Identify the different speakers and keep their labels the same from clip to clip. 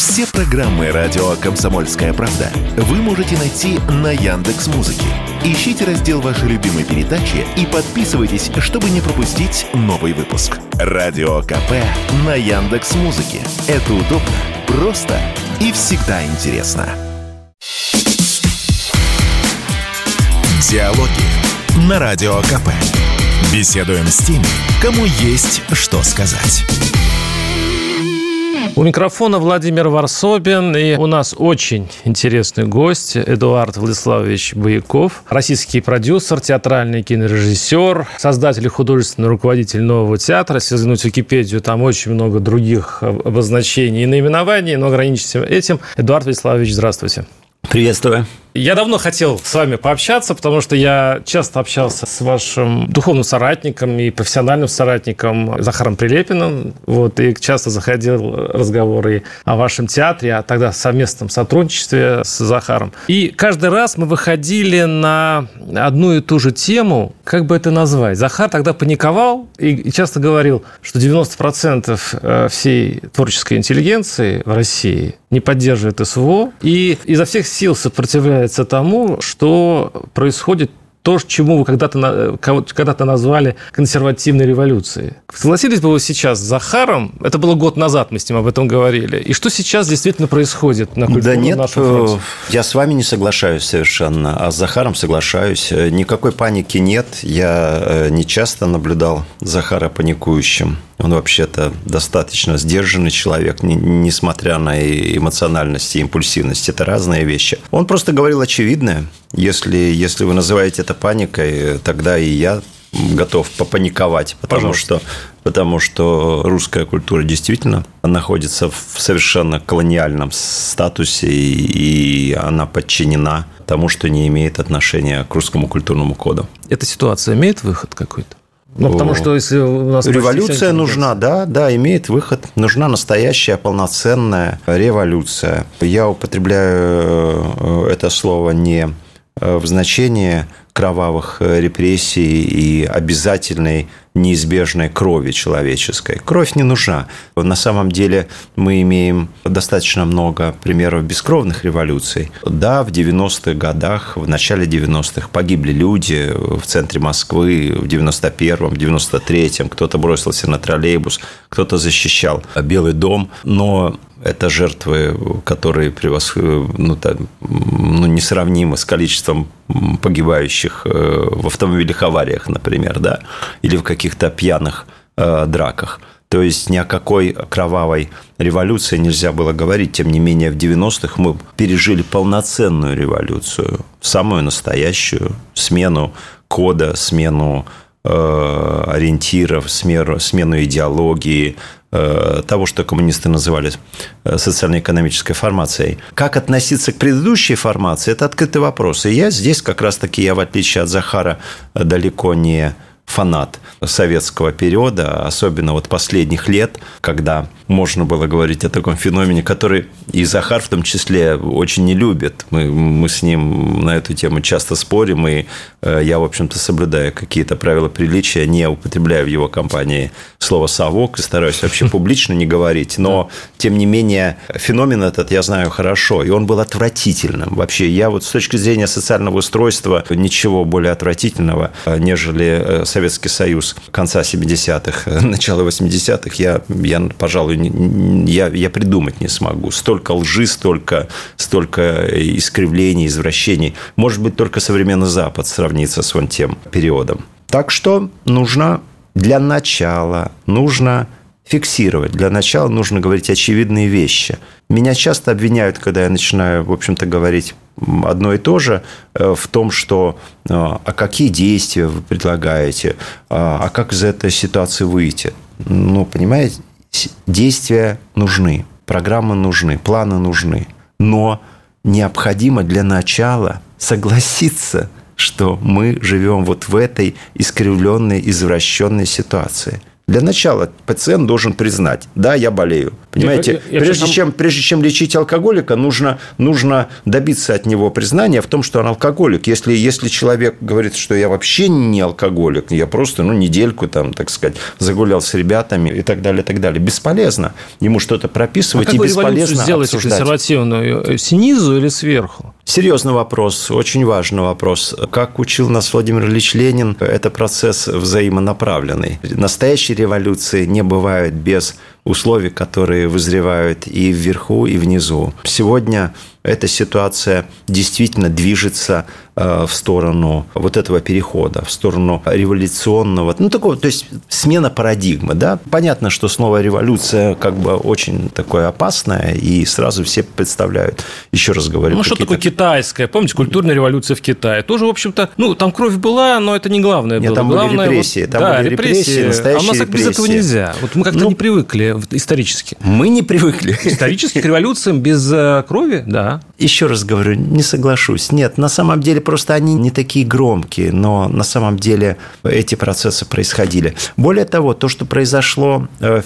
Speaker 1: Все программы радио «Комсомольская правда» вы можете найти на Яндекс.Музыке. Ищите раздел вашей любимой передачи и подписывайтесь, чтобы не пропустить новый выпуск. Радио КП на Яндекс.Музыке. Это удобно, просто и всегда интересно. Диалоги на Радио КП. Беседуем с теми, кому есть что сказать.
Speaker 2: У микрофона Владимир Варсобин, и у нас очень интересный гость Эдуард Владиславович Бояков, российский продюсер, театральный кинорежиссер, создатель и художественный руководитель Нового театра. Если взглянуть в Википедию, там очень много других обозначений и наименований, но ограничимся этим. Эдуард Владиславович, здравствуйте.
Speaker 3: Приветствую.
Speaker 2: Я давно хотел с вами пообщаться, потому что я часто общался с вашим духовным соратником и профессиональным соратником Захаром Прилепиным. И часто заходил разговоры о вашем театре, а тогда совместном сотрудничестве с Захаром. И каждый раз мы выходили на одну и ту же тему, как бы это назвать. Захар тогда паниковал и часто говорил, что 90% всей творческой интеллигенции в России не поддерживает СВО и изо всех сил сопротивляется тому, что происходит то, чему вы когда-то назвали консервативной революцией. Согласились бы вы сейчас с Захаром? Это было год назад, мы с ним об этом говорили. И что сейчас действительно происходит на культурном нашем фронте?
Speaker 3: Я с вами не соглашаюсь совершенно, а с Захаром соглашаюсь. Никакой паники нет. Я не часто наблюдал Захара паникующим. Он вообще-то достаточно сдержанный человек, несмотря на эмоциональность и импульсивность. Это разные вещи. Он просто говорил очевидное. Если вы называете это паникой, тогда и я готов попаниковать, потому что русская культура действительно находится в совершенно колониальном статусе, и она подчинена тому, что не имеет отношения к русскому культурному коду.
Speaker 2: Эта ситуация имеет выход какой-то? Потому что если у нас
Speaker 3: революция нужна, да, имеет выход. Нужна настоящая полноценная революция. Я употребляю это слово не в значении кровавых репрессий и обязательной неизбежной крови человеческой. Кровь не нужна. На самом деле мы имеем достаточно много примеров бескровных революций. Да, в 90-х годах, в начале 90-х погибли люди в центре Москвы, в 91-м, 93-м. Кто-то бросился на троллейбус, кто-то защищал Белый дом. Но это жертвы, которые несравнимы с количеством погибающих в автомобильных авариях, например, да, или в каких-то пьяных драках. То есть ни о какой кровавой революции нельзя было говорить. Тем не менее, в 90-х мы пережили полноценную революцию, самую настоящую, смену кода, смену ориентиров, смену идеологии, того, что коммунисты называли социально-экономической формацией. Как относиться к предыдущей формации – это открытый вопрос. И я здесь как раз-таки, в отличие от Захара, далеко не фанат советского периода, особенно последних лет, когда можно было говорить о таком феномене, который и Захар в том числе очень не любит. Мы с ним на эту тему часто спорим, и я, в общем-то, соблюдаю какие-то правила приличия, не употребляю в его компании слово «совок» и стараюсь вообще публично не говорить. Но, тем не менее, феномен этот я знаю хорошо, и он был отвратительным. Вообще, я с точки зрения социального устройства ничего более отвратительного, нежели Советский Союз конца 70-х, начала 80-х, я, пожалуй, я придумать не смогу. Столько лжи, столько искривлений, извращений. Может быть, только современный Запад сравнится с тем периодом. Так что для начала нужно фиксировать. Для начала нужно говорить очевидные вещи. Меня часто обвиняют, когда я начинаю, в общем-то, говорить одно и то же, в том, что а какие действия вы предлагаете, а как из этой ситуации выйти. Понимаете, действия нужны, программы нужны, планы нужны. Но необходимо для начала согласиться, что мы живем в этой искривленной, извращенной ситуации. Для начала пациент должен признать: да, я болею. Понимаете, прежде чем лечить алкоголика, нужно добиться от него признания в том, что он алкоголик. Если человек говорит, что я вообще не алкоголик, я просто недельку там, так сказать, загулял с ребятами и так далее, бесполезно ему что-то прописывать и бесполезно
Speaker 2: сделать
Speaker 3: обсуждать.
Speaker 2: Консервативную снизу или сверху?
Speaker 3: Серьезный вопрос, очень важный вопрос. Как учил нас Владимир Ильич Ленин, это процесс взаимонаправленный. Настоящей революции не бывает без условий, которые вызревают и вверху, и внизу. Сегодня эта ситуация действительно движется в сторону вот этого перехода, в сторону революционного, то есть смена парадигмы, да. Понятно, что слово революция как бы очень такое опасное, и сразу все представляют, еще раз говорю,
Speaker 2: что такое китайская? Помните, культурная революция в Китае? Тоже, в общем-то, там кровь была, но это не главное было.
Speaker 3: Там были репрессии,
Speaker 2: репрессии, настоящие. А у нас без этого нельзя. Мы как-то не привыкли исторически.
Speaker 3: Мы не привыкли.
Speaker 2: Исторически к революциям без крови, да.
Speaker 3: Еще раз говорю, не соглашусь. Нет, на самом деле просто они не такие громкие, но на самом деле эти процессы происходили. Более того, то, что произошло в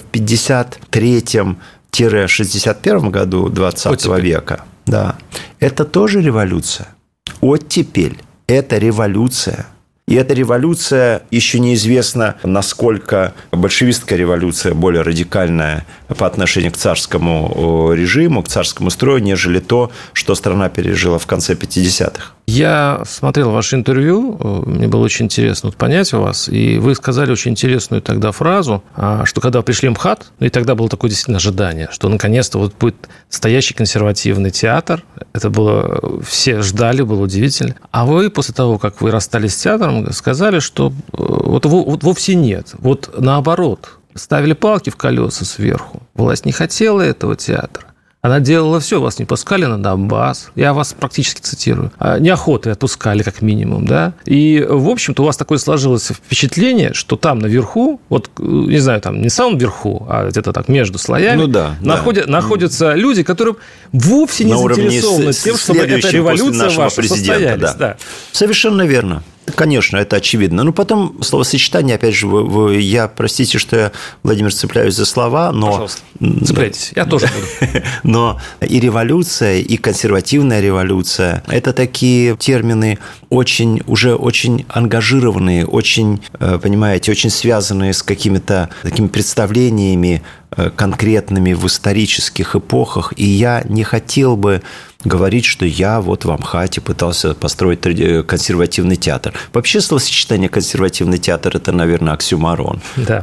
Speaker 3: 53-61 году 20 века, да, это тоже революция. Оттепель – это революция. И эта революция, еще неизвестно, насколько большевистская революция более радикальная по отношению к царскому режиму, к царскому строю, нежели то, что страна пережила в конце 50-х.
Speaker 2: Я смотрел ваше интервью, мне было очень интересно понять у вас, и вы сказали очень интересную тогда фразу, что когда пришли в МХАТ, и тогда было такое действительно ожидание, что наконец-то будет настоящий консервативный театр, это было, все ждали, было удивительно. А вы после того, как вы расстались с театром, сказали, что вот вовсе нет, вот наоборот, ставили палки в колеса сверху, власть не хотела этого театра. Она делала все, вас не пускали на Донбасс, я вас практически цитирую, неохотой отпускали как минимум, да, и, в общем-то, у вас такое сложилось впечатление, что там наверху, не знаю, там не в самом верху, а где-то так между слоями, находятся люди, которые вовсе не заинтересованы тем, чтобы эта революция ваша состоялась. Да.
Speaker 3: Совершенно верно. Конечно, это очевидно. Потом словосочетание, опять же, я, простите, что я, Владимир, цепляюсь за слова, но...
Speaker 2: Пожалуйста, цепляйтесь, я тоже буду.
Speaker 3: Но и революция, и консервативная революция – это такие термины уже очень ангажированные, очень, понимаете, очень связанные с какими-то такими представлениями конкретными в исторических эпохах, и я не хотел бы говорить, что я в МХАТе пытался построить консервативный театр. Вообще словосочетание «консервативный театр» – это, наверное, оксюморон.
Speaker 2: Да.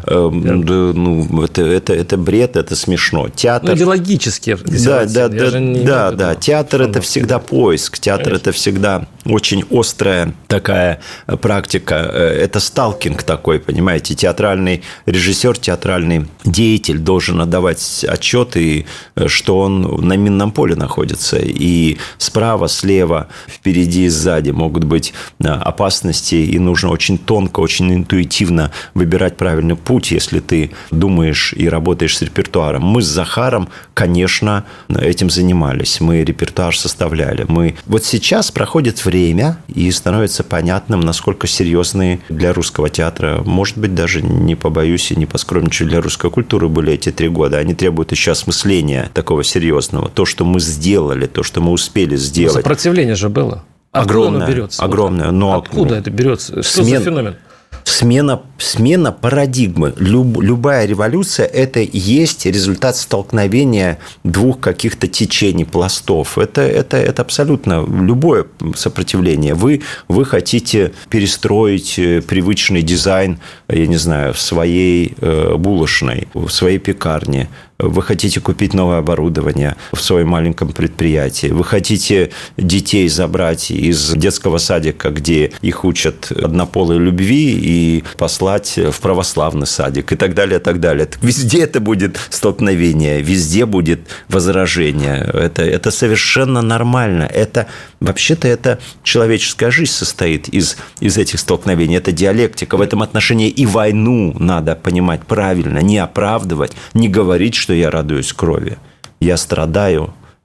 Speaker 3: Это бред, это смешно. Театр...
Speaker 2: идеологически.
Speaker 3: Да. Театр – это всегда поиск. Театр – это всегда очень острая такая практика. Это сталкинг такой, понимаете. Театральный режиссер, театральный деятель должен отдавать отчеты, что он на минном поле находится. И справа, слева, впереди и сзади могут быть опасности, и нужно очень тонко, очень интуитивно выбирать правильный путь, если ты думаешь и работаешь с репертуаром. Мы с Захаром, конечно, этим занимались. Мы репертуар составляли. Вот сейчас проходит время, и становится понятным, насколько серьезные для русского театра, может быть, даже не побоюсь и не поскромничаю, для русской культуры были эти 3 года. Они требуют еще осмысления такого серьезного. То, что мы сделали, то, что мы успели сделать.
Speaker 2: Сопротивление же было.
Speaker 3: Огромное.
Speaker 2: Откуда оно берется?
Speaker 3: Огромное. Но
Speaker 2: откуда это берется? Что за феномен?
Speaker 3: Смена парадигмы. Любая революция – это и есть результат столкновения двух каких-то течений, пластов. Это абсолютно любое сопротивление. Вы хотите перестроить привычный дизайн, я не знаю, в своей булочной, в своей пекарне. Вы хотите купить новое оборудование в своем маленьком предприятии. Вы хотите детей забрать из детского садика, где их учат однополой любви, и послать в православный садик и так далее, и так далее. Везде это будет столкновение, везде будет возражение. Это совершенно нормально. Вообще-то это человеческая жизнь состоит из этих столкновений. Это диалектика. В этом отношении и войну надо понимать правильно, не оправдывать, не говорить, что я радуюсь крови. Я страдаю,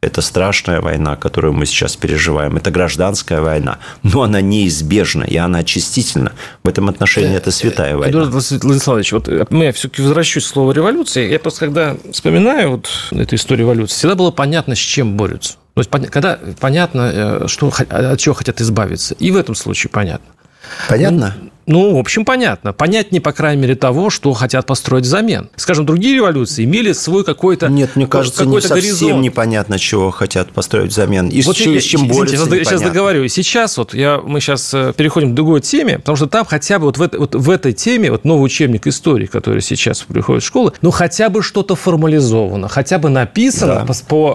Speaker 3: Это страшная война, которую мы сейчас переживаем. Это гражданская война. Но она неизбежна, и она очистительна. В этом отношении это святая война.
Speaker 2: Эдуард Владиславович, вот я все-таки возвращусь к слову революции. Я просто, когда вспоминаю вот эту историю революции, всегда было понятно, с чем борются. То есть, когда понятно, от чего хотят избавиться. И в этом случае понятно.
Speaker 3: Понятно?
Speaker 2: Ну, в общем, понятно. Понятнее, по крайней мере, того, что хотят построить взамен. Скажем, другие революции имели свой какой-то
Speaker 3: Нет, мне кажется, не совсем горизонт. Непонятно, чего хотят построить взамен. И
Speaker 2: вот
Speaker 3: с чем борются,
Speaker 2: непонятно. Я сейчас договорю. И сейчас мы сейчас переходим к другой теме, потому что там хотя бы вот в этой теме, вот новый учебник истории, который сейчас приходит в школы, ну, хотя бы что-то формализовано, хотя бы написано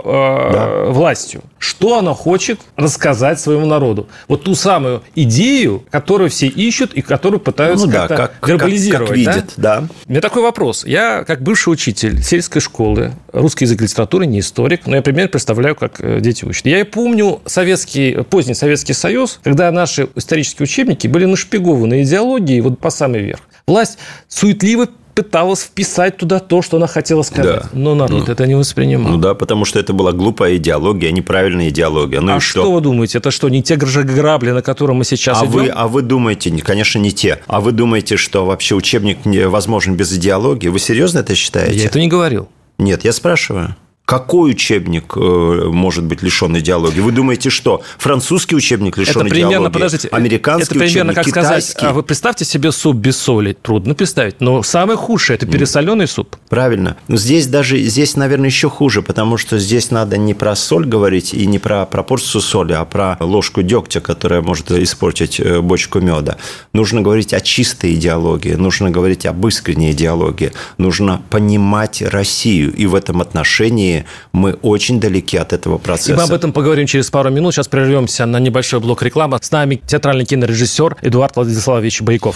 Speaker 2: по властью, что она хочет рассказать своему народу. Вот ту самую идею, которую все ищут и которую пытаются как-то вербализировать.
Speaker 3: Как видят, да.
Speaker 2: У меня такой вопрос. Я, как бывший учитель сельской школы, русский язык и литературы, не историк, но я примерно представляю, как дети учат. Я помню поздний Советский Союз, когда наши исторические учебники были нашпигованы идеологией вот по самый верх. Власть суетливо пыталась вписать туда то, что она хотела сказать. Да. Но народ это не воспринимал.
Speaker 3: Ну да, потому что это была глупая идеология, неправильная идеология. Ну
Speaker 2: а что вы думаете? Это что, не те грабли, на котором мы сейчас идем?
Speaker 3: А вы думаете, конечно, не те. А вы думаете, что вообще учебник возможен без идеологии? Вы серьезно это считаете?
Speaker 2: Я это не говорил.
Speaker 3: Нет, я спрашиваю. Какой учебник может быть лишен идеологии? Вы думаете, что французский учебник лишен идеологии?
Speaker 2: Подождите,
Speaker 3: американский
Speaker 2: это примерно
Speaker 3: учебник,
Speaker 2: как
Speaker 3: китайский?
Speaker 2: Сказать, вы представьте себе суп без соли. Трудно представить. Но самое худшее – это пересоленный суп.
Speaker 3: Правильно. Но здесь, наверное, еще хуже, потому что здесь надо не про соль говорить и не про пропорцию соли, а про ложку дегтя, которая может испортить бочку меда. Нужно говорить о чистой идеологии, нужно говорить об искренней идеологии, нужно понимать Россию. И в этом отношении мы очень далеки от этого процесса.
Speaker 2: И мы об этом поговорим через пару минут. Сейчас прервемся на небольшой блок рекламы. С нами театральный кинорежиссер Эдуард Владиславович Байков.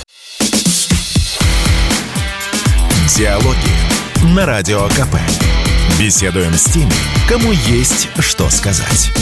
Speaker 1: Диалоги на Радио КП. Беседуем с теми, кому есть что сказать.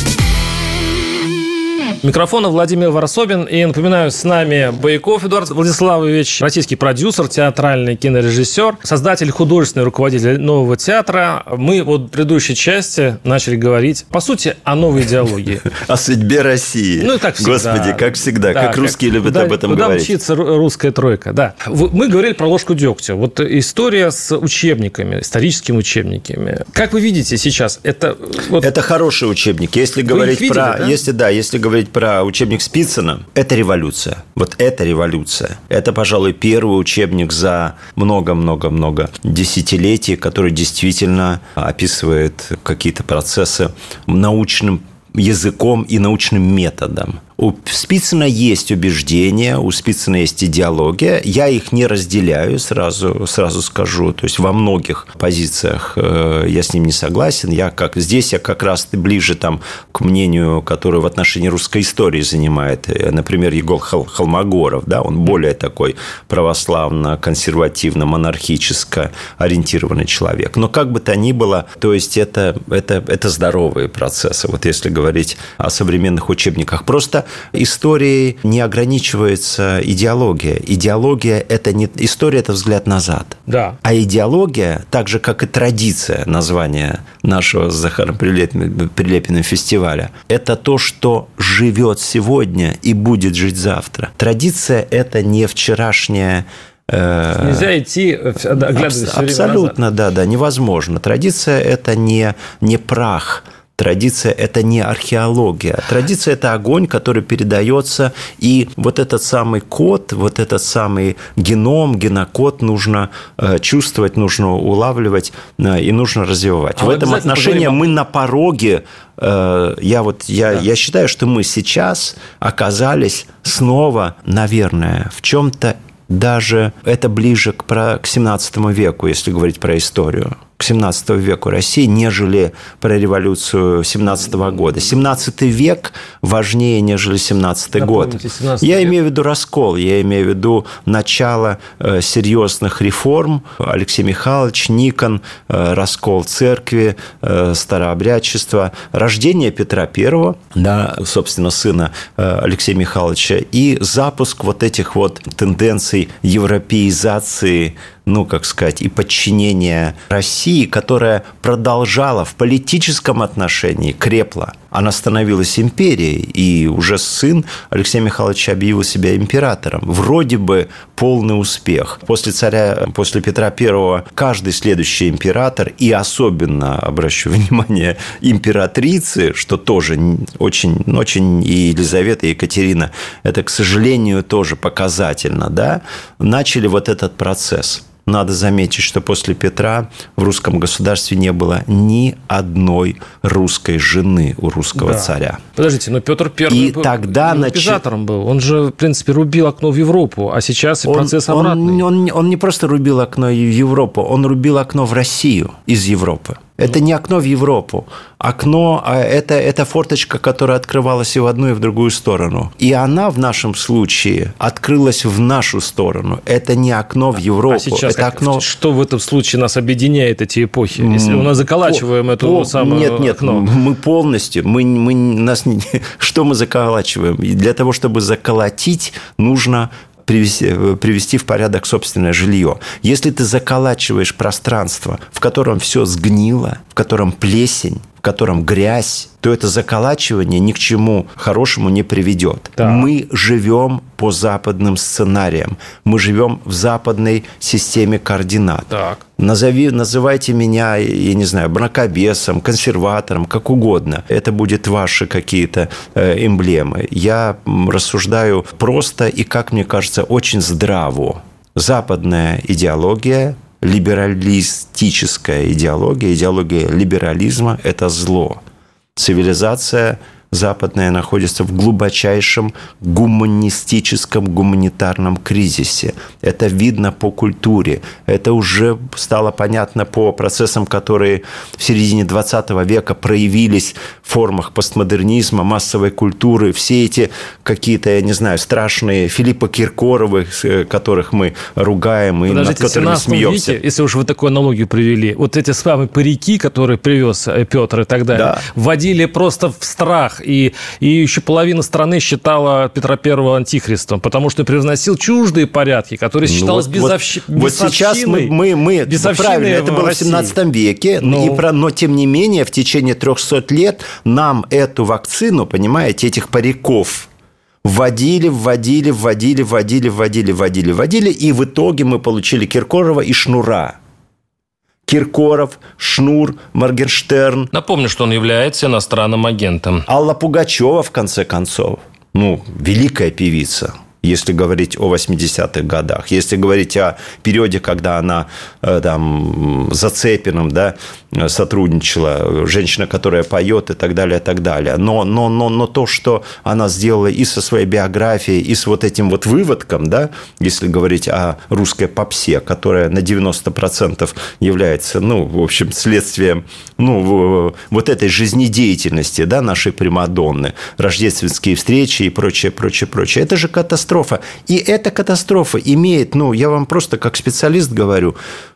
Speaker 2: Микрофона Владимир Варсобин. И напоминаю, с нами Байков Эдуард Владиславович, российский продюсер, театральный кинорежиссер, создатель, художественный руководитель Нового театра. Мы вот в предыдущей части начали говорить, по сути, о новой идеологии.
Speaker 3: О судьбе России.
Speaker 2: Ну, как всегда.
Speaker 3: Господи, как всегда. Да, как русские любят об этом говорить.
Speaker 2: Куда учится русская тройка, да. Мы говорили про ложку дегтя. Вот история с учебниками, историческими учебниками. Как вы видите сейчас? Это
Speaker 3: хороший учебник. Если говорить если говорить про учебник Спицына, это революция. Вот это революция. Это, пожалуй, первый учебник за много-много-много десятилетий, который действительно описывает какие-то процессы научным языком и научным методом. У Спицына есть убеждения, у Спицына есть идеология. Я их не разделяю, сразу скажу. То есть во многих позициях я с ним не согласен. Я как раз ближе к мнению, которое в отношении русской истории занимает, например, Егор Холмогоров. Да, он более такой православно-консервативно, монархически ориентированный человек. Но как бы то ни было, то есть это здоровые процессы. Вот если говорить о современных учебниках. Просто историей не ограничивается идеология. Идеология – это не история, это взгляд назад.
Speaker 2: Да.
Speaker 3: А идеология, так же, как и традиция, название нашего с Захаром Прилепиным фестиваля, это то, что живет сегодня и будет жить завтра. Традиция – это не вчерашняя.
Speaker 2: Нельзя идти, оглядываясь
Speaker 3: абсолютно, да, невозможно. Традиция – это не прах. Традиция – это не археология. Традиция – это огонь, который передается, и вот этот самый код, вот этот самый генокод нужно чувствовать, нужно улавливать и нужно развивать. В этом отношении мы на пороге. Я считаю, что мы сейчас оказались снова, наверное, в чем-то даже это ближе к 17 веку, если говорить про историю. К 17 веку России, нежели про революцию 17 года. 17 век важнее, нежели 17 год. Я имею в виду раскол, я имею в виду начало серьезных реформ. Алексей Михайлович, Никон, раскол церкви, старообрядчества, рождение Петра I, да, собственно, сына Алексея Михайловича, и запуск вот этих вот тенденций европеизации как сказать, и подчинение России, которая продолжала в политическом отношении, крепла. Она становилась империей, и уже сын Алексея Михайловича объявил себя императором. Вроде бы полный успех. После Петра I каждый следующий император, и особенно, обращу внимание, императрицы, что тоже очень и Елизавета, и Екатерина, это, к сожалению, тоже показательно, да, начали вот этот процесс. Надо заметить, что после Петра в русском государстве не было ни одной русской жены у русского царя.
Speaker 2: Подождите, но Петр I императором был. Он же, в принципе, рубил окно в Европу, а сейчас процесс обратный.
Speaker 3: Он не просто рубил окно в Европу, он рубил окно в Россию из Европы. Это не окно в Европу. Окно – это форточка, которая открывалась и в одну, и в другую сторону. И она в нашем случае открылась в нашу сторону. Это не окно в Европу. А
Speaker 2: сейчас
Speaker 3: это окно...
Speaker 2: что в этом случае нас объединяет, эти эпохи? Если мы заколачиваем эту самую окно?
Speaker 3: Мы полностью. Что мы заколачиваем? Для того, чтобы заколотить, нужно привести в порядок собственное жилье. Если ты заколачиваешь пространство, в котором все сгнило, в котором плесень, в котором грязь, то это заколачивание ни к чему хорошему не приведет. Да. Мы живем по западным сценариям. Мы живем в западной системе координат. Так. Называйте меня, я не знаю, мракобесом, консерватором, как угодно. Это будут ваши какие-то эмблемы. Я рассуждаю просто и, как мне кажется, очень здраво. Западная идеология, либералистическая идеология, идеология либерализма – это зло. Цивилизация западная находится в глубочайшем гуманитарном кризисе. Это видно по культуре. Это уже стало понятно по процессам, которые в середине 20 века проявились в формах постмодернизма, массовой культуры. Все эти какие-то, я не знаю, страшные Филиппа Киркоровы, которых мы ругаем и над которыми смеемся.
Speaker 2: Веке, если уж вы такую аналогию привели, вот эти самые парики, которые привез Петр и так далее, вводили просто в страх. И еще половина страны считала Петра I антихристом, потому что превозносил чуждые порядки, которые считалось бесовщиной.
Speaker 3: Вот сейчас мы правильно, это было в 17 веке, но тем не менее в течение 300 лет нам эту вакцину, понимаете, этих париков вводили, и в итоге мы получили Киркорова и Шнура. Киркоров, Шнур, Моргенштерн.
Speaker 2: Напомню, что он является иностранным агентом.
Speaker 3: Алла Пугачева, в конце концов. Великая певица, если говорить о 80-х годах. Если говорить о периоде, когда она за Цепиным сотрудничала, женщина, которая поет и так далее, и так далее. Но то, что она сделала и со своей биографией, и с вот этим вот выводком, если говорить о русской попсе, которая на 90% является, в общем, следствием вот этой жизнедеятельности нашей примадонны, рождественские встречи и прочее. Это же катастрофа. И эта катастрофа имеет, я вам просто как специалист говорю,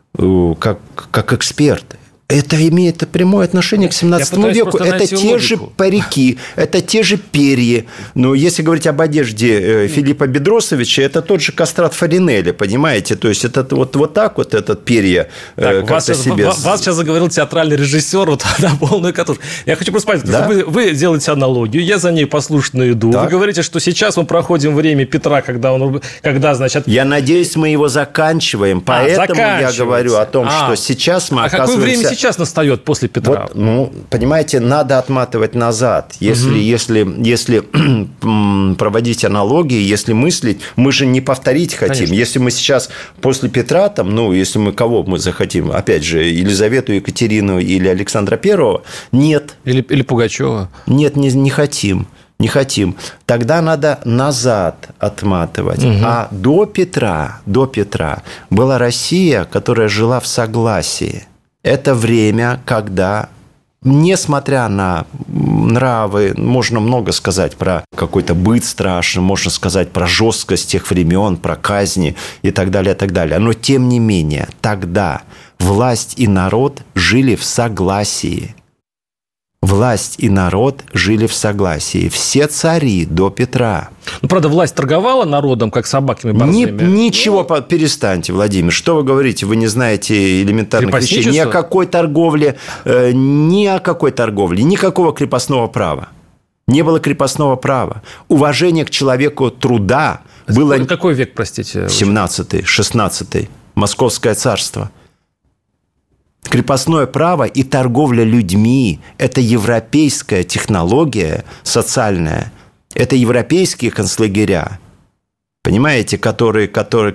Speaker 3: как эксперт, это имеет прямое отношение к 17 веку. Это те же парики, это те же перья. Но если говорить об одежде Филиппа Бедросовича, это тот же кастрат Фаринелли, понимаете? То есть, это вот так вот этот перья
Speaker 2: как-то себе... Вас сейчас заговорил театральный режиссер на полную катушку. Я хочу просто понять, вы делаете аналогию, я за ней послушно иду. Так. Вы говорите, что сейчас мы проходим время Петра, когда, значит...
Speaker 3: Я надеюсь, мы его заканчиваем. Поэтому я говорю о том, что сейчас мы оказываемся...
Speaker 2: Какое время сейчас настает после Петра?
Speaker 3: Понимаете, надо отматывать назад. Если проводить аналогии, если мыслить, мы же не повторить хотим. Конечно. Если мы сейчас после Петра, если мы кого мы захотим, опять же, Елизавету, Екатерину или Александра I, нет.
Speaker 2: Или Пугачева.
Speaker 3: Нет, не хотим. Не хотим. Тогда надо назад отматывать. А до Петра была Россия, которая жила в согласии. Это время, когда, несмотря на нравы, можно много сказать про какой-то быт страшный, можно сказать про жесткость тех времен, про казни и так далее. Но, тем не менее, тогда власть и народ жили в согласии. власть и народ жили в согласии. Все цари до Петра.
Speaker 2: Ну, правда, власть торговала народом, как собаками борзыми.
Speaker 3: Ничего, перестаньте, Владимир. Что вы говорите? Вы не знаете элементарных вещей. Ни о какой торговле, никакого крепостного права. Не было крепостного права. Уважение к человеку труда было...
Speaker 2: Какой век, простите?
Speaker 3: 17-й, 16-й. Московское царство. Крепостное право и торговля людьми – это европейская технология социальная, это европейские концлагеря, понимаете, которые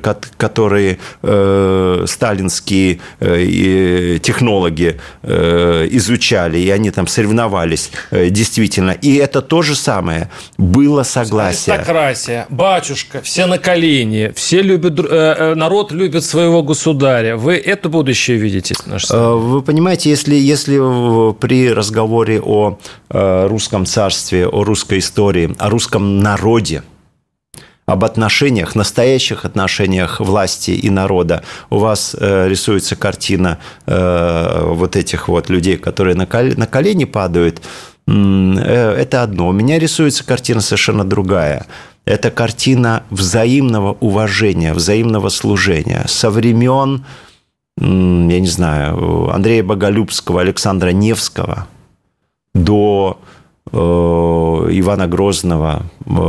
Speaker 3: сталинские технологи изучали, и они там соревновались действительно. И это то же самое. Было согласие.
Speaker 2: Аристократия, батюшка, все на колени, все любят, народ любит своего государя. Вы это будущее видите?
Speaker 3: Вы понимаете, если при разговоре о русском царстве, о русской истории, о русском народе, об отношениях, настоящих отношениях власти и народа, у вас рисуется картина вот этих вот людей, которые на колени падают, это одно. У меня рисуется картина совершенно другая. Это картина взаимного уважения, взаимного служения. Со времен, я не знаю, Андрея Боголюбского, Александра Невского до Ивана Грозного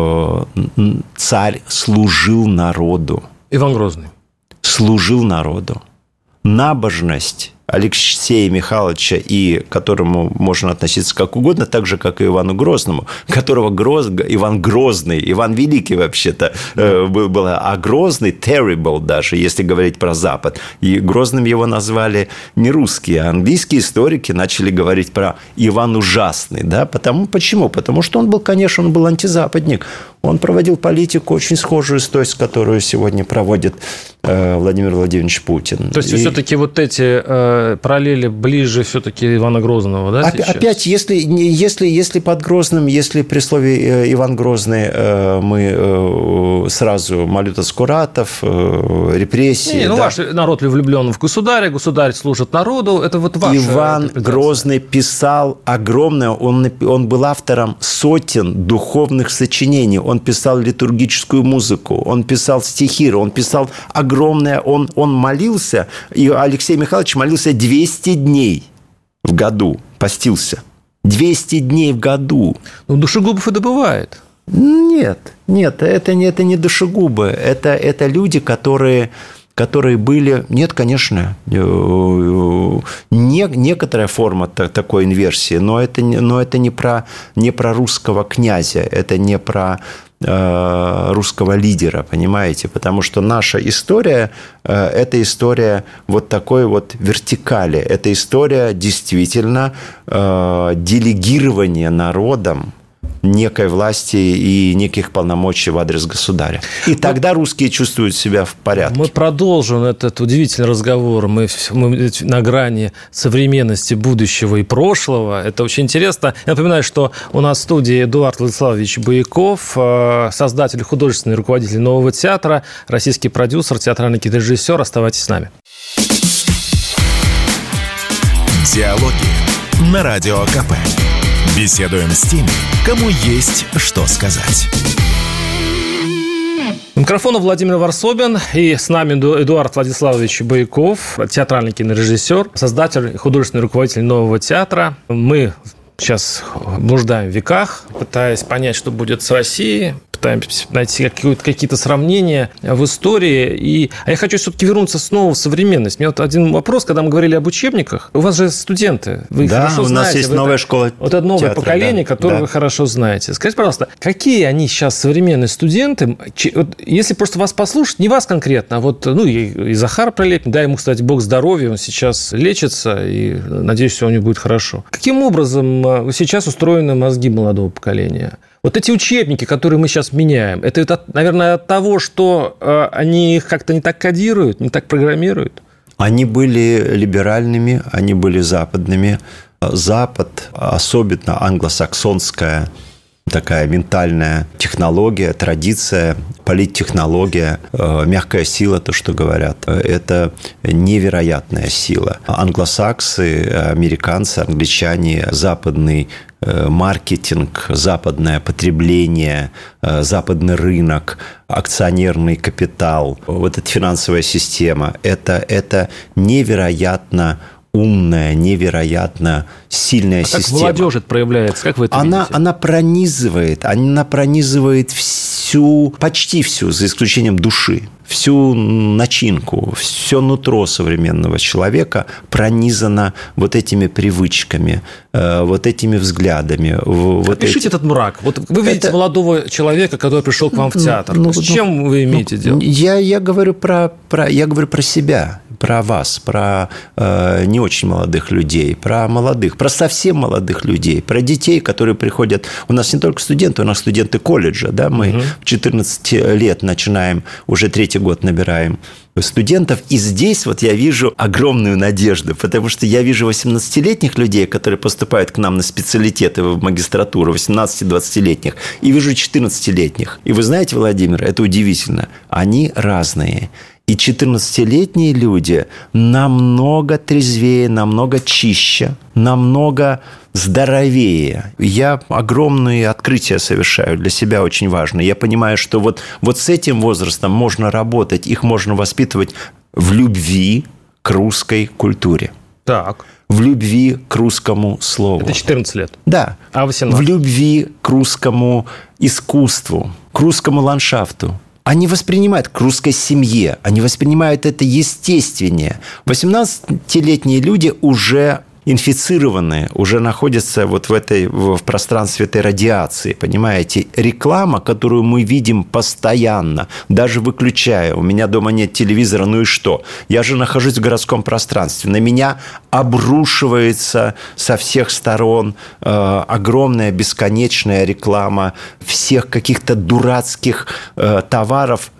Speaker 3: царь служил народу.
Speaker 2: Иван Грозный.
Speaker 3: Служил народу. Набожность Алексея Михайловича, и к которому можно относиться как угодно, так же, как и Ивану Грозному, которого Иван Грозный, Иван Великий вообще-то был, а Грозный terrible даже, если говорить про Запад. И Грозным его назвали не русские, а английские историки начали говорить про Иван Ужасный. Да? Почему? Потому что он был, конечно, он был антизападник. Он проводил политику очень схожую с той, с которой сегодня проводит Владимир Владимирович Путин.
Speaker 2: То есть, все-таки вот эти параллели ближе все-таки Ивана Грозного, да, сейчас?
Speaker 3: Опять, если под Грозным, если при слове Иван Грозный мы сразу Малюта Скуратов, репрессии.
Speaker 2: Ваш народ влюблен в государя, государь служит народу, это вот ваше.
Speaker 3: Иван Грозный писал огромное, он был автором сотен духовных сочинений, он писал литургическую музыку, он писал стихи, он писал огромное, он молился, и Алексей Михайлович молился 200 дней в году, постился. 200 дней в году.
Speaker 2: Ну, душегубов и добывает.
Speaker 3: Нет, это не душегубы, это люди, которые были... Нет, конечно, некоторая форма такой инверсии, но это не про русского князя, это не про русского лидера, понимаете? Потому что наша история – это история вот такой вот вертикали. Это история действительно делегирования народом некой власти и неких полномочий в адрес государя. И тогда русские чувствуют себя в порядке.
Speaker 2: Мы продолжим этот удивительный разговор. Мы на грани современности, будущего и прошлого. Это очень интересно. Я напоминаю, что у нас в студии Эдуард Владиславович Бояков, создатель и художественный руководитель Нового театра, российский продюсер, театральный кинорежиссер. Оставайтесь с нами.
Speaker 1: Диалоги на Радио КП. Беседуем с теми, кому есть что сказать.
Speaker 2: У микрофона Владимир Варсобин, и с нами Эдуард Владиславович Бояков, театральный кинорежиссер, создатель и художественный руководитель Нового театра. Мы сейчас блуждаем в веках, пытаясь понять, что будет с Россией, пытаемся найти какие-то сравнения в истории. А я хочу все-таки вернуться снова в современность. У меня вот один вопрос, когда мы говорили об учебниках. У вас же студенты, вы их хорошо знаете.
Speaker 3: Да, у нас есть новая школа
Speaker 2: Вот это новое театра, поколение, которое вы хорошо знаете. Скажите, пожалуйста, какие они сейчас современные студенты? Если просто вас послушать, не вас конкретно, а вот, и Захар Прилепин, ему, кстати, Бог здоровья, он сейчас лечится, и, надеюсь, все у него будет хорошо. Каким образом сейчас устроены мозги молодого поколения? Вот эти учебники, которые мы сейчас меняем, это, наверное, от того, что они их как-то не так кодируют, не так программируют?
Speaker 3: Они были либеральными, они были западными. Запад, особенно англосаксонская такая ментальная технология, традиция политтехнология, мягкая сила, то, что говорят, это невероятная сила. Англосаксы, американцы, англичане, западный маркетинг, западное потребление, западный рынок, акционерный капитал, вот эта финансовая система, это невероятно умная, невероятно сильная система.
Speaker 2: Как в молодежи это проявляется? Как вы это видите?
Speaker 3: Она пронизывает почти всю, за исключением души, всю начинку, все нутро современного человека пронизано вот этими привычками, вот этими взглядами.
Speaker 2: Опишите этот мрак. Вот вы видите молодого человека, который пришел к вам в театр. С чем вы имеете дело?
Speaker 3: Я говорю про себя, про вас, про не очень молодых людей, про молодых, про совсем молодых людей, про детей, которые приходят. У нас не только студенты, у нас студенты колледжа, да, мы в 14 лет начинаем, уже 3-й год набираем студентов, и здесь вот я вижу огромную надежду, потому что я вижу 18-летних людей, которые поступают к нам на специалитеты в магистратуру, 18-20-летних, и вижу 14-летних. И вы знаете, Владимир, это удивительно, они разные. И 14-летние люди намного трезвее, намного чище, намного здоровее. Я огромные открытия совершаю, для себя очень важно. Я понимаю, что вот с этим возрастом можно работать, их можно воспитывать в любви к русской культуре.
Speaker 2: Так.
Speaker 3: В любви к русскому слову.
Speaker 2: Это 14 лет?
Speaker 3: Да.
Speaker 2: А 18?
Speaker 3: В любви к русскому искусству, к русскому ландшафту. Они воспринимают к русской семье, они воспринимают это естественнее. 18-летние люди уже инфицированные, уже находятся вот в пространстве этой радиации, понимаете? Реклама, которую мы видим постоянно, даже выключая. У меня дома нет телевизора, ну и что? Я же нахожусь в городском пространстве. На меня обрушивается со всех сторон огромная бесконечная реклама всех каких-то дурацких товаров,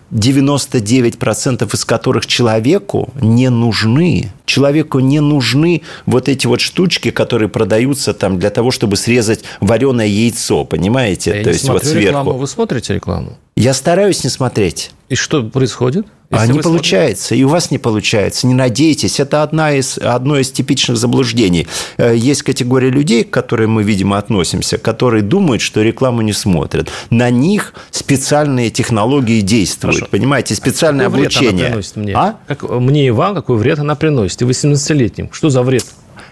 Speaker 3: 99% из которых человеку не нужны. Человеку не нужны вот эти вот штучки, которые продаются там для того, чтобы срезать вареное яйцо, понимаете?
Speaker 2: Я
Speaker 3: То есть вот сверху.
Speaker 2: Рекламу. Вы смотрите рекламу?
Speaker 3: Я стараюсь не смотреть.
Speaker 2: И что происходит?
Speaker 3: Не получается, и у вас не получается. Не надейтесь, это одно из типичных заблуждений. Есть категория людей, к которой мы, видимо, относимся, которые думают, что рекламу не смотрят. На них специальные технологии действуют. Хорошо. Понимаете, специальное обучение.
Speaker 2: Вред она приносит мне? Мне и вам какой вред она приносит? И 18-летним. Что за вред?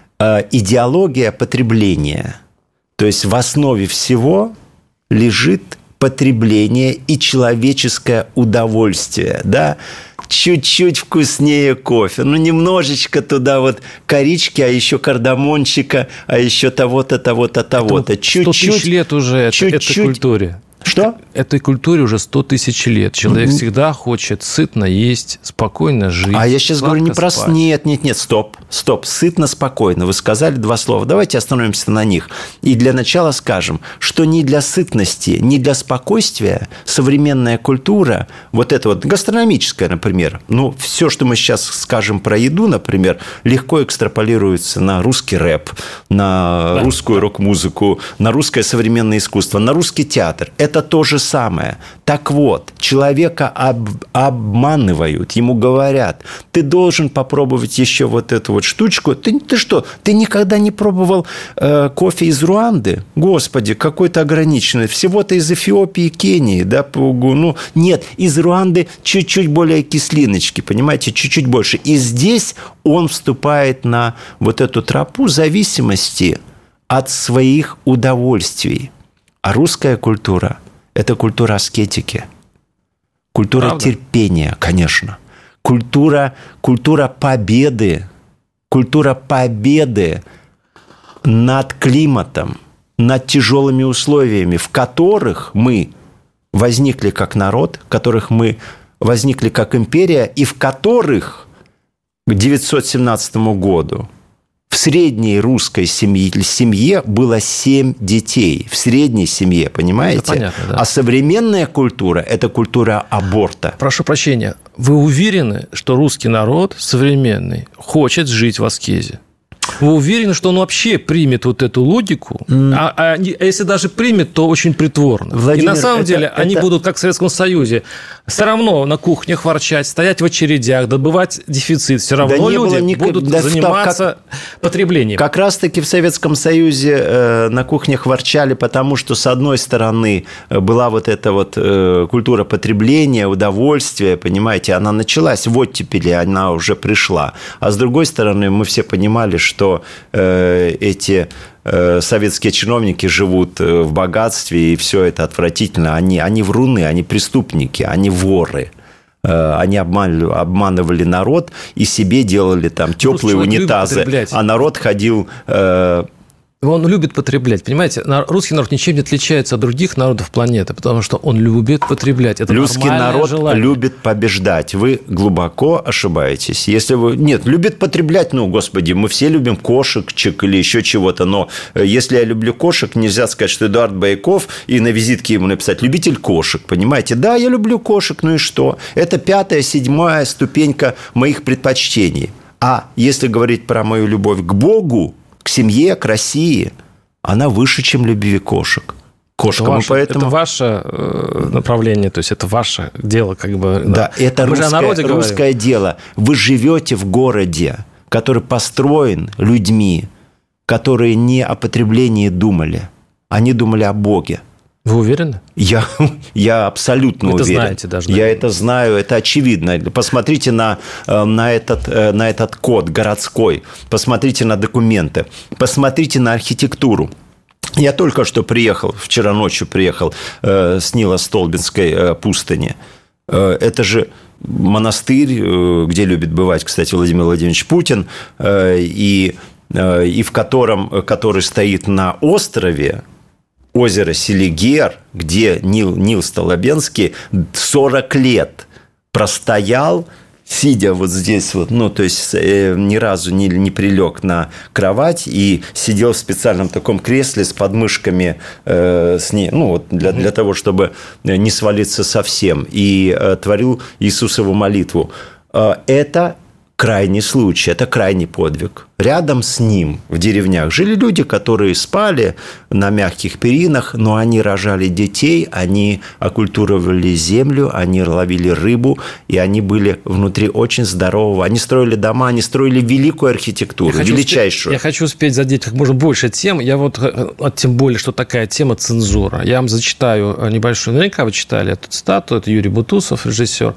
Speaker 3: Идеология потребления. То есть в основе всего лежит потребление и человеческое удовольствие, да, чуть-чуть вкуснее кофе, немножечко туда вот корички, а еще кардамончика, а еще того-то, того-то, того-то.
Speaker 2: Чуть-чуть. 100 тысяч лет уже этой культуре.
Speaker 3: Что?
Speaker 2: Этой культуре уже 100 тысяч лет. Человек всегда хочет сытно есть, спокойно жить.
Speaker 3: А я сейчас говорю не про... Нет, стоп. Сытно, спокойно. Вы сказали 2 слова. Давайте остановимся на них. И для начала скажем, что ни для сытности, ни для спокойствия современная культура, вот эта вот гастрономическая, например, все, что мы сейчас скажем про еду, например, легко экстраполируется на русский рэп, на русскую рок-музыку, на русское современное искусство, на русский театр. Это то же самое. Так вот, человека обманывают, ему говорят, ты должен попробовать еще вот эту вот штучку. Ты что, ты никогда не пробовал кофе из Руанды? Господи, какой-то ограниченный. Всего-то из Эфиопии и Кении. Да? Нет, из Руанды чуть-чуть более кислиночки, понимаете, чуть-чуть больше. И здесь он вступает на вот эту тропу зависимости от своих удовольствий. А русская культура – это культура аскетики, культура терпения, конечно, культура победы над климатом, над тяжелыми условиями, в которых мы возникли как народ, в которых мы возникли как империя, и в которых к 917 году в средней русской семье было 7 детей. В средней семье, понимаете? Это понятно, да. А современная культура – это культура аборта.
Speaker 2: Прошу прощения, вы уверены, что русский народ современный хочет жить в аскезе? Вы уверены, что он вообще примет вот эту логику? А если даже примет, то очень притворно.
Speaker 3: Владимир,
Speaker 2: и на самом деле они будут, как в Советском Союзе, все равно на кухнях ворчать, стоять в очередях, добывать дефицит. Все равно люди будут заниматься потреблением.
Speaker 3: Как раз-таки в Советском Союзе на кухнях ворчали, потому что, с одной стороны, была вот эта вот культура потребления, удовольствия, понимаете, она началась в оттепели, она уже пришла. А с другой стороны, мы все понимали, что эти советские чиновники живут в богатстве, и все это отвратительно. Они вруны, они преступники, они воры. Они обманывали народ и себе делали там теплые унитазы, а народ ходил...
Speaker 2: Он любит потреблять, понимаете? Русский народ ничем не отличается от других народов планеты, потому что он любит потреблять. Это
Speaker 3: русский народ
Speaker 2: желание.
Speaker 3: Любит побеждать. Вы глубоко ошибаетесь. Если вы... Нет, любит потреблять, господи, мы все любим кошечек или еще чего-то, но если я люблю кошек, нельзя сказать, что Эдуард Байков и на визитке ему написать «любитель кошек», понимаете? Да, я люблю кошек, ну и что? Это 5-я, 7-я ступенька моих предпочтений. А если говорить про мою любовь к Богу, к семье, к России, она выше, чем любви кошек. Кошкам,
Speaker 2: это ваше направление, то есть это ваше дело, как бы.
Speaker 3: Да, это русское дело. Вы живете в городе, который построен людьми, которые не о потреблении думали, они думали о Боге.
Speaker 2: Вы уверены?
Speaker 3: Я абсолютно уверен.
Speaker 2: Это знаете даже.
Speaker 3: Я это знаю, это очевидно. Посмотрите на этот код городской, посмотрите на документы, посмотрите на архитектуру. Я только что вчера ночью приехал с Нило-Столбинской пустыни. Это же монастырь, где любит бывать, кстати, Владимир Владимирович Путин, и который стоит на острове, озеро Селигер, где Нил Столбинский 40 лет простоял, сидя вот здесь вот, то есть ни разу не прилег на кровать и сидел в специальном таком кресле с подмышками для того, чтобы не свалиться совсем, и творил Иисусову молитву. Это крайний случай, это крайний подвиг. Рядом с ним в деревнях жили люди, которые спали на мягких перинах, но они рожали детей, они оккультуровали землю, они ловили рыбу, и они были внутри очень здорового. Они строили дома, они строили великую архитектуру, величайшую.
Speaker 2: Я хочу успеть задеть как можно больше тем. Тем более, что такая тема цензура. Я вам зачитаю небольшую, наверняка вы читали эту цитату, это Юрий Бутусов, режиссер.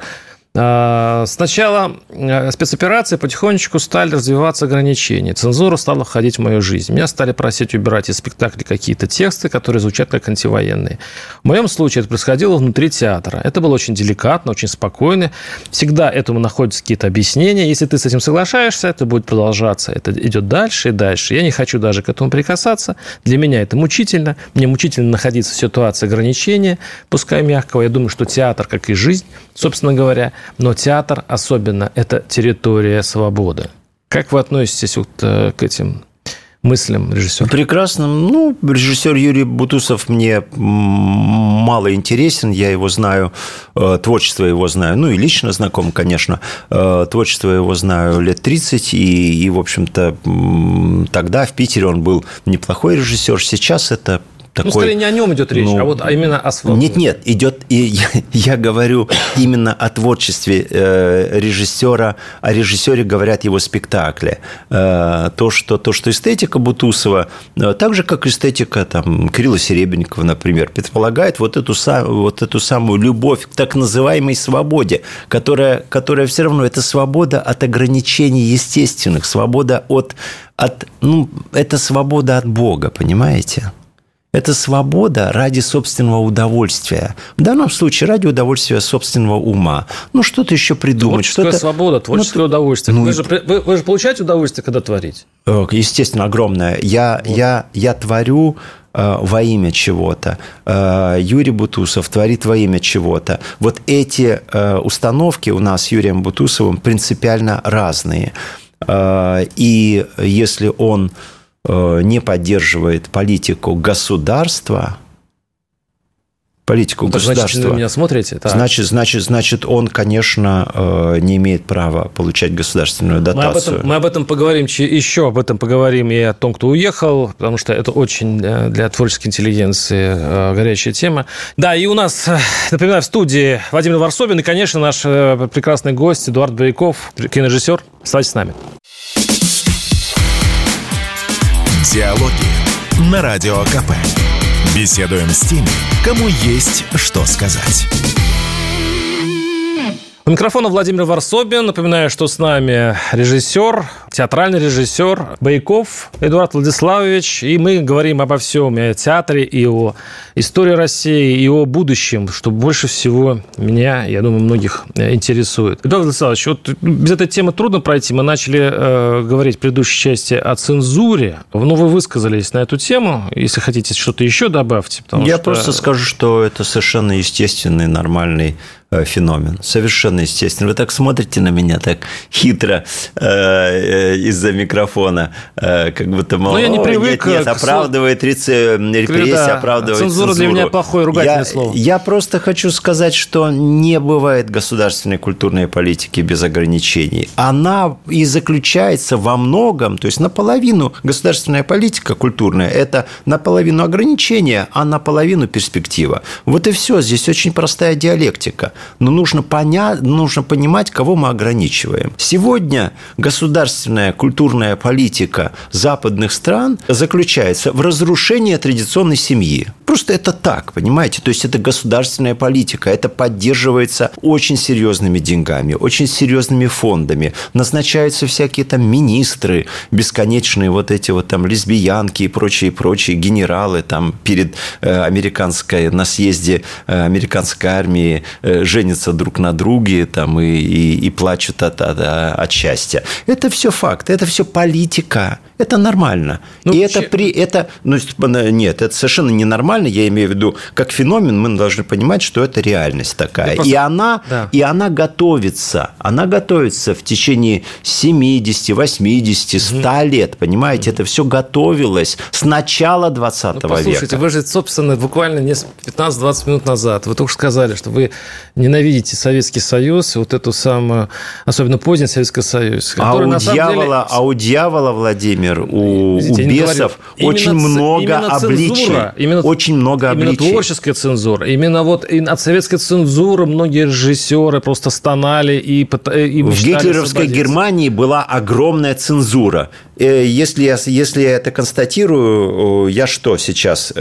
Speaker 2: С начала спецоперации потихонечку стали развиваться ограничения. Цензура стала входить в мою жизнь. Меня стали просить убирать из спектакля какие-то тексты, которые звучат как антивоенные. В моем случае это происходило внутри театра. Это было очень деликатно, очень спокойно. Всегда этому находятся какие-то объяснения. Если ты с этим соглашаешься, это будет продолжаться. Это идет дальше и дальше. Я не хочу даже к этому прикасаться. Для меня это мучительно. Мне мучительно находиться в ситуации ограничения, пускай мягкого. Я думаю, что театр, как и жизнь, собственно говоря, но театр особенно – это территория свободы. Как вы относитесь к этим мыслям режиссера?
Speaker 3: Прекрасно. Режиссер Юрий Бутусов мне мало интересен. Я его знаю, творчество его знаю. И лично знаком, конечно. Творчество его знаю лет 30. И в общем-то, тогда в Питере он был неплохой режиссер. Сейчас это...
Speaker 2: скорее не о нем идет речь, а именно о свободе.
Speaker 3: Нет, идет, и я говорю именно о творчестве режиссера, о режиссере говорят его спектакли. То, что эстетика Бутусова, так же, как эстетика Кирилла Серебренникова, например, предполагает вот эту самую любовь к так называемой свободе, которая все равно это свобода от ограничений естественных, свобода это свобода от Бога, понимаете? Это свобода ради собственного удовольствия. В данном случае ради удовольствия собственного ума. Что-то еще придумать.
Speaker 2: Творческая свобода, творческое удовольствие. Вы же получаете удовольствие, когда творите?
Speaker 3: Естественно, огромное. Я творю во имя чего-то. Юрий Бутусов творит во имя чего-то. Вот эти установки у нас с Юрием Бутусовым принципиально разные. И если он не поддерживает политику государства, политику государства.
Speaker 2: Значит, вы меня смотрите? Так.
Speaker 3: Значит, он, конечно, не имеет права получать государственную дотацию.
Speaker 2: Мы об этом поговорим еще, об этом поговорим и о том, кто уехал, потому что это очень для творческой интеллигенции горячая тема. Да, и у нас, напоминаю, в студии Владимир Варсобин и, конечно, наш прекрасный гость Эдуард Бояков, кинорежиссер. Оставайтесь с нами.
Speaker 1: Диалоги на Радио КП. Беседуем с теми, кому есть что сказать.
Speaker 2: У микрофона Владимир Варсобин. Напоминаю, что с нами режиссер, театральный режиссер Бояков Эдуард Владиславович. И мы говорим обо всем, и о театре, и о истории России, и о будущем, что больше всего меня, я думаю, многих интересует. Эдуард Владиславович, вот без этой темы трудно пройти. Мы начали говорить в предыдущей части о цензуре. Но вы высказались на эту тему. Если хотите, что-то еще добавьте.
Speaker 3: Я просто скажу, что это совершенно естественный, нормальный феномен. Совершенно естественно. Вы так смотрите на меня так хитро из-за микрофона, как будто, мол,
Speaker 2: я не привык
Speaker 3: нет, оправдывает репрессии, оправдывает цензуру.
Speaker 2: Для меня плохое ругательное слово.
Speaker 3: Я просто хочу сказать, что не бывает государственной культурной политики без ограничений. Она и заключается во многом, то есть наполовину государственная политика культурная – это наполовину ограничения, а наполовину перспектива. Вот и все. Здесь очень простая диалектика. Но нужно понимать, кого мы ограничиваем. Сегодня государственная культурная политика западных стран заключается в разрушении традиционной семьи. Просто это так, понимаете? То есть это государственная политика, это поддерживается очень серьезными деньгами, очень серьезными фондами. Назначаются всякие там министры, бесконечные вот эти вот там лесбиянки и прочие генералы там перед на съезде американской армии женятся друг на друге там, и плачут от счастья. Это все факт, это все политика, это нормально. Это совершенно ненормально, я имею в виду, как феномен, мы должны понимать, что это реальность такая. И она готовится в течение 70, 80, 100 лет, понимаете, это все готовилось с начала 20 века.
Speaker 2: Послушайте, вы же, собственно, буквально 15-20 минут назад, вы только сказали, что вы ненавидите Советский Союз, вот эту самую, особенно поздний Советский Союз.
Speaker 3: У дьявола, Владимир, у бесов очень много обличий. Очень много обличий.
Speaker 2: Именно творческая цензура. Именно вот от советской цензуры многие режиссеры просто стонали и мечтали.
Speaker 3: В гитлеровской Германии была огромная цензура. Если я это констатирую, я что сейчас?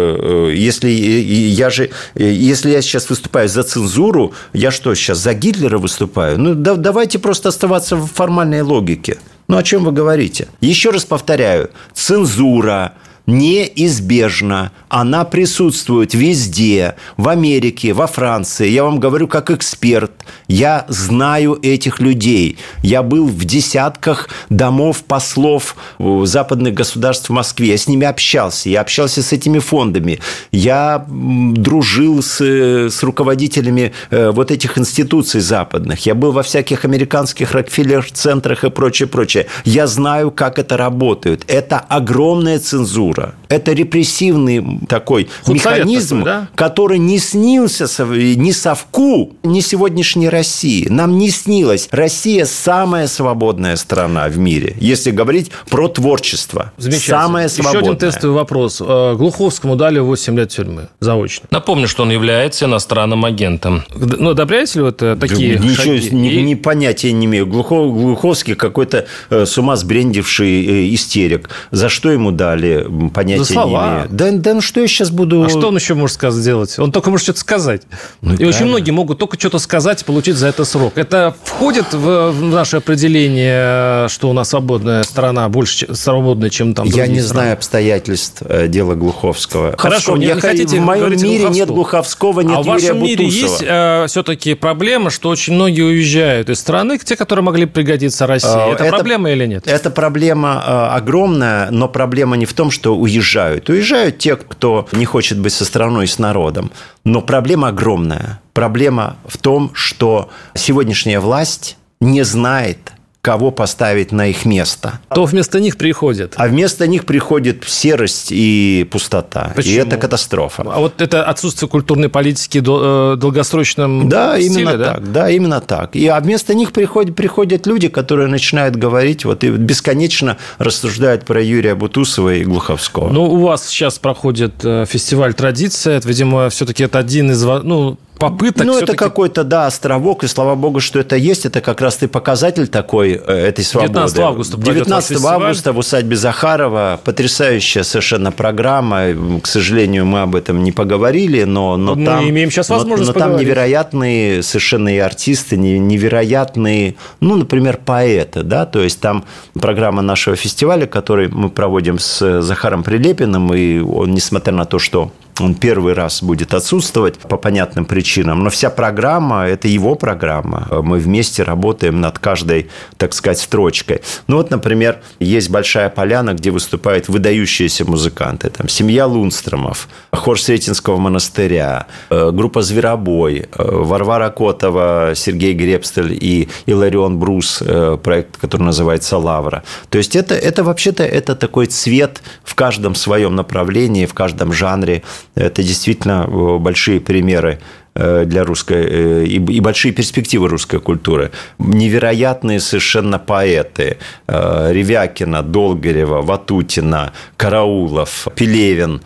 Speaker 3: Если я сейчас выступаю за цензуру, я что, сейчас за Гитлера выступаю? Ну, давайте просто оставаться в формальной логике. Ну, о чем вы говорите? Еще раз повторяю, цензура неизбежна, она присутствует везде, в Америке, во Франции. Я вам говорю как эксперт, я знаю этих людей. Я был в десятках домов послов западных государств в Москве, я с ними общался, я общался с этими фондами, я дружил с руководителями вот этих институций западных, я был во всяких американских Рокфеллер-центрах и прочее. Я знаю, как это работает. Это огромная цензура. Это репрессивный такой механизм, такой, да? Который не снился ни совку, ни сегодняшней России. Нам не снилось. Россия самая свободная страна в мире, если говорить про творчество.
Speaker 2: Замечательно.
Speaker 3: Самая свободная.
Speaker 2: Еще один тестовый вопрос. Глуховскому дали 8 лет тюрьмы заочно. Напомню, что он является иностранным агентом. Ну, одобряете ли вот такие шаги?
Speaker 3: Ни понятия не имею. Глуховский какой-то с ума сбрендивший истерик. За что ему дали? Понятия не имею. Да, ну что я сейчас буду...
Speaker 2: А что он еще может сделать? Он только может что-то сказать. Очень многие могут только что-то сказать и получить за это срок. Это входит в наше определение, что у нас свободная страна, больше свободная, чем там другие
Speaker 3: страны? Я не знаю обстоятельств дела Глуховского.
Speaker 2: Хорошо, не хотите
Speaker 3: в моем мире нет Глуховского, нет Юрия Бутусова. А в вашем мире
Speaker 2: есть все-таки проблема, что очень многие уезжают из страны, те, которые могли пригодиться России. Это проблема или нет?
Speaker 3: Это проблема огромная, но проблема не в том, что уезжают. Уезжают те, кто не хочет быть со страной и с народом. Но проблема огромная. Проблема в том, что сегодняшняя власть не знает, кого поставить на их место.
Speaker 2: То вместо них приходит.
Speaker 3: А вместо них приходит серость и пустота.
Speaker 2: Почему?
Speaker 3: И это катастрофа.
Speaker 2: А вот это отсутствие культурной политики в долгосрочном стиле,
Speaker 3: именно так. Да, именно так. А вместо них приходят люди, которые начинают говорить и бесконечно рассуждают про Юрия Бутусова и Глуховского.
Speaker 2: Ну, у вас сейчас проходит фестиваль «Традиция». Это, видимо, все-таки это один из попыток.
Speaker 3: Это какой-то, островок, и слава богу, что это есть. Это как раз и показатель такой этой свободы.
Speaker 2: 19 августа
Speaker 3: 19 августа в усадьбе Захарова. Потрясающая совершенно программа. К сожалению, мы об этом не поговорили, но
Speaker 2: мы
Speaker 3: там...
Speaker 2: имеем сейчас возможность
Speaker 3: но там невероятные совершенно и артисты, невероятные, например, поэты, да, то есть там программа нашего фестиваля, который мы проводим с Захаром Прилепиным, и он, несмотря на то, что он первый раз будет отсутствовать по понятным причинам, но вся программа – это его программа. Мы вместе работаем над каждой, так сказать, строчкой. Например, есть Большая Поляна, где выступают выдающиеся музыканты. Там семья Лунстромов, хор Сретенского монастыря, группа «Зверобой», Варвара Котова, Сергей Гребстель и Иларион Брус, проект, который называется «Лавра». То есть это вообще-то это такой цвет в каждом своем направлении, в каждом жанре. Это действительно большие примеры для русской и большие перспективы русской культуры. Невероятные совершенно поэты. Ревякина, Долгорева, Ватутина, Караулов, Пелевин.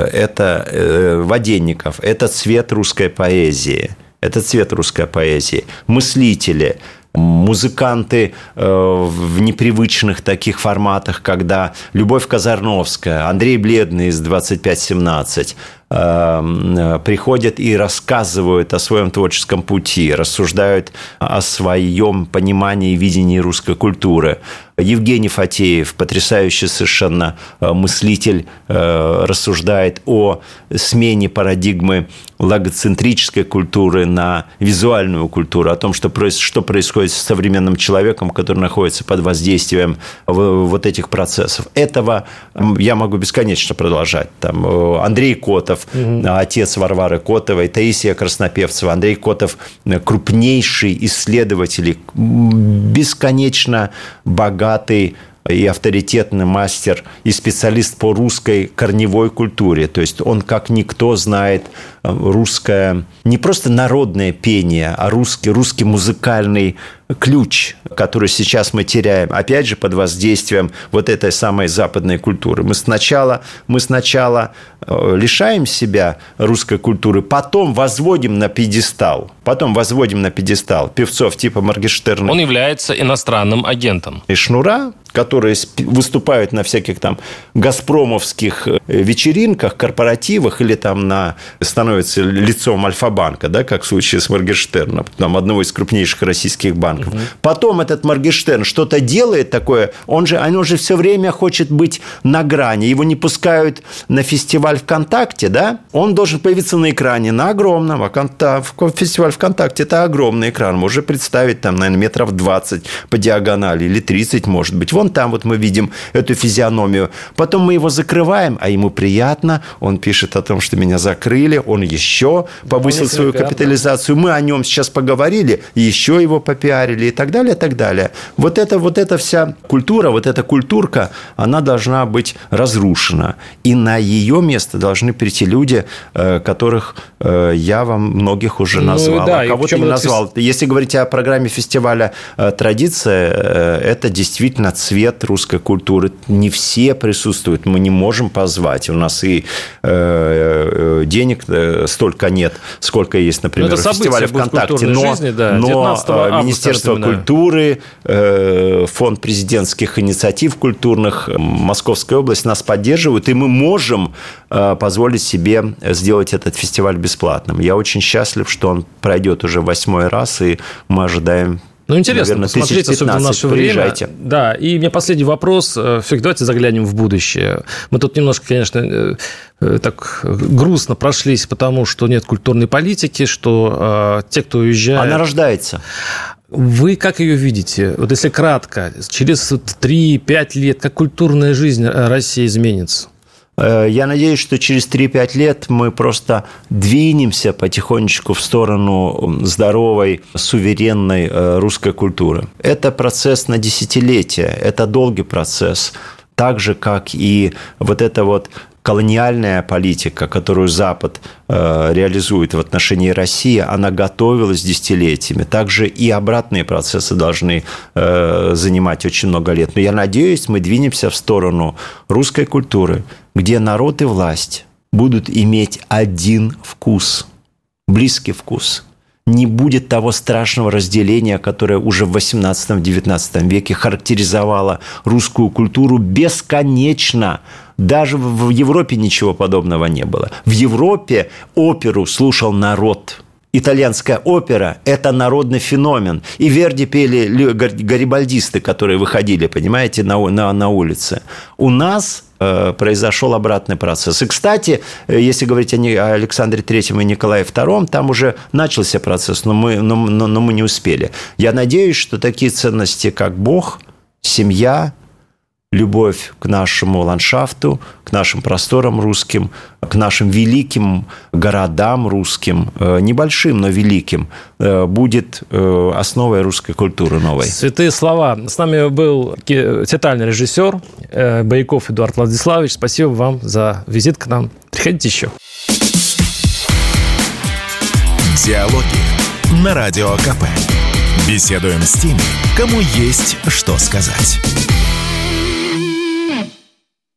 Speaker 3: Это Воденников. Это цвет русской поэзии. Это цвет русской поэзии. Мыслители. Музыканты в непривычных таких форматах, когда Любовь Казарновская, Андрей Бледный из 2517 приходят и рассказывают о своем творческом пути, рассуждают о своем понимании и видении русской культуры. Евгений Фатеев, потрясающий совершенно мыслитель, рассуждает о смене парадигмы логоцентрической культуры на визуальную культуру, о том, что происходит с современным человеком, который находится под воздействием вот этих процессов. Этого я могу бесконечно продолжать. Там Андрей Котов, отец Варвары Котовой, Таисия Краснопевцева. Андрей Котов – крупнейший исследователь, бесконечно богатый и авторитетный мастер и специалист по русской корневой культуре. То есть он как никто знает русское, не просто народное пение, а русский музыкальный ключ, который сейчас мы теряем, опять же, под воздействием вот этой самой западной культуры. Мы сначала лишаем себя русской культуры, потом возводим на пьедестал певцов типа Моргенштерна.
Speaker 2: Он является иностранным агентом.
Speaker 3: И Шнура, которые выступают на всяких там газпромовских вечеринках, корпоративах или там становятся лицом Альфа-банка, да, как в случае с Моргенштерном, там, одного из крупнейших российских банков. Угу. Потом этот Моргенштерн что-то делает такое, он же все время хочет быть на грани, его не пускают на фестиваль ВКонтакте, да, он должен появиться на экране, на огромном, фестиваль ВКонтакте – это огромный экран, можно представить там, наверное, метров 20 по диагонали или 30, может быть. Вон там вот мы видим эту физиономию. Потом мы его закрываем, а ему приятно, он пишет о том, что меня закрыли, он еще повысил свою капитализацию, мы о нем сейчас поговорили, еще его попиарили и так далее, и так далее. Вот эта вся культура, вот эта культурка, она должна быть разрушена. И на ее место должны прийти люди, которых я вам многих уже назвал, а кого-то не назвал. Если говорить о программе фестиваля «Традиция», это действительно цвет русской культуры. Не все присутствуют, мы не можем позвать. У нас и денег столько нет, сколько есть, например, в фестивале ВКонтакте. Но Министерство культуры, Фонд президентских инициатив культурных, Московская область нас поддерживают, и мы можем позволить себе сделать этот фестиваль бесплатным. Я очень счастлив, что он пройдет уже 8-й раз, и мы ожидаем.
Speaker 2: Интересно,
Speaker 3: наверное,
Speaker 2: посмотреть, особенно в наше время. Да, и у меня последний вопрос. Все-таки давайте заглянем в будущее. Мы тут немножко, конечно, так грустно прошлись, потому что нет культурной политики, что те, кто уезжает...
Speaker 3: Она рождается.
Speaker 2: Вы как ее видите? Вот если кратко, через 3-5 лет, как культурная жизнь России изменится?
Speaker 3: Я надеюсь, что через 3-5 лет мы просто двинемся потихонечку в сторону здоровой, суверенной русской культуры. Это процесс на десятилетия, это долгий процесс. Так же, как и вот эта вот колониальная политика, которую Запад реализует в отношении России, она готовилась десятилетиями. Также и обратные процессы должны занимать очень много лет. Но я надеюсь, мы двинемся в сторону русской культуры, где народ и власть будут иметь один вкус, близкий вкус. Не будет того страшного разделения, которое уже в XVIII-XIX веке характеризовало русскую культуру бесконечно. Даже в Европе ничего подобного не было. В Европе оперу слушал народ. Итальянская опера – это народный феномен. И Верди пели гарибальдисты, которые выходили, понимаете, на улице. У нас произошел обратный процесс. И, кстати, если говорить о Александре III и Николае II, там уже начался процесс, но мы не успели. Я надеюсь, что такие ценности, как Бог, семья, любовь к нашему ландшафту, к нашим просторам русским, к нашим великим городам русским, небольшим, но великим, будет основой русской культуры новой.
Speaker 2: Святые слова. С нами был театральный режиссер Бояков Эдуард Владиславович. Спасибо вам за визит к нам. Приходите еще.
Speaker 1: Диалоги на Радио КП. Беседуем с теми, кому есть что сказать.